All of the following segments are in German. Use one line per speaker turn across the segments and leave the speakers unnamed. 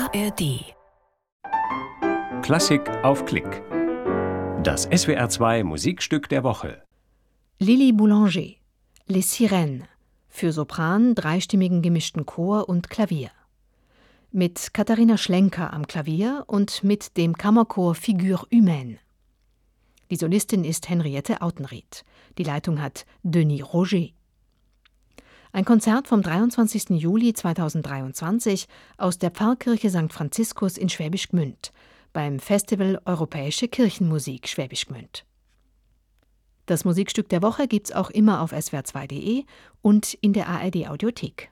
ARD.
Klassik auf Klick. Das SWR2 Musikstück der Woche.
Lily Boulanger, Les Sirènes, für Sopran, dreistimmigen gemischten Chor und Klavier. Mit Katharina Schlenker am Klavier und mit dem Kammerchor Figure Humaine. Die Solistin ist Henriette Autenrieth. Die Leitung hat Denis Roger. Ein Konzert vom 23. Juli 2023 aus der Pfarrkirche St. Franziskus in Schwäbisch Gmünd beim Festival Europäische Kirchenmusik Schwäbisch Gmünd. Das Musikstück der Woche gibt's auch immer auf swr2.de und in der ARD-Audiothek.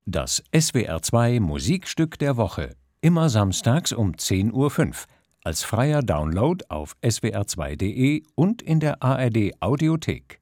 Das SWR2 Musikstück der Woche. Immer samstags um 10:05 Uhr. Als freier Download auf swr2.de und in der ARD Audiothek.